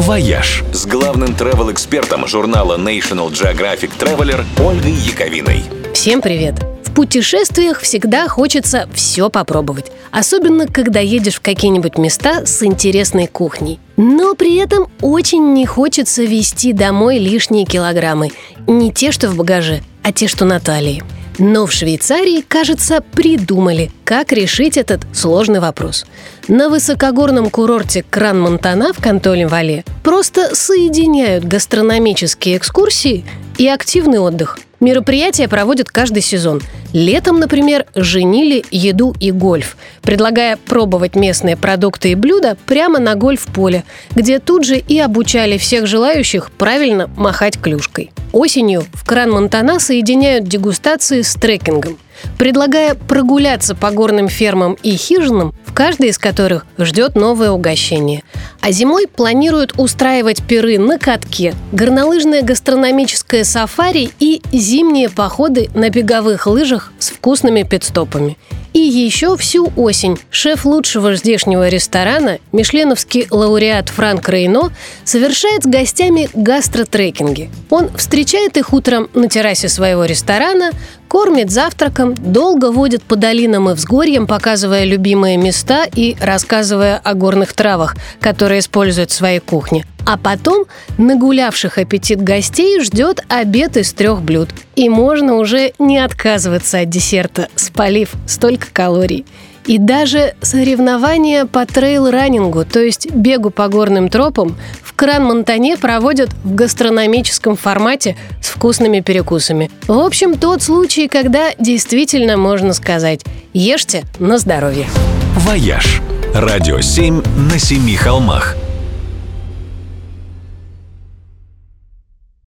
«Вояж» с главным travel-экспертом журнала National Geographic Traveler Ольгой Яковиной. Всем привет! В путешествиях всегда хочется все попробовать. Особенно, когда едешь в какие-нибудь места с интересной кухней. Но при этом очень не хочется везти домой лишние килограммы. Не те, что в багаже, а те, что на талии. Но в Швейцарии, кажется, придумали, как решить этот сложный вопрос. На высокогорном курорте Кран-Монтана в Кантоле-Вале просто соединяют гастрономические экскурсии и активный отдых. Мероприятия проводят каждый сезон. Летом, например, женили еду и гольф, предлагая пробовать местные продукты и блюда прямо на гольф-поле, где тут же и обучали всех желающих правильно махать клюшкой. Осенью в Кран-Монтана соединяют дегустации с трекингом, предлагая прогуляться по горным фермам и хижинам, в каждой из которых ждет новое угощение. А зимой планируют устраивать пиры на катке, горнолыжное гастрономическое сафари и зимние походы на беговых лыжах с вкусными пит-стопами. И еще всю осень шеф лучшего здешнего ресторана, мишленовский лауреат Франк Рейно, совершает с гостями гастротрекинги. Он встречает их утром на террасе своего ресторана, кормит завтраком, долго водит по долинам и взгорьям, показывая любимые места и рассказывая о горных травах, которые используют в своей кухне. А потом нагулявших аппетит гостей ждет обед из 3 блюд. И можно уже не отказываться от десерта, спалив столько калорий. И даже соревнования по трейл-раннингу, то есть бегу по горным тропам, в Кран-Монтане проводят в гастрономическом формате с вкусными перекусами. В общем, тот случай, когда действительно можно сказать: ешьте на здоровье. «Вояж». Радио 7 на 7 холмах.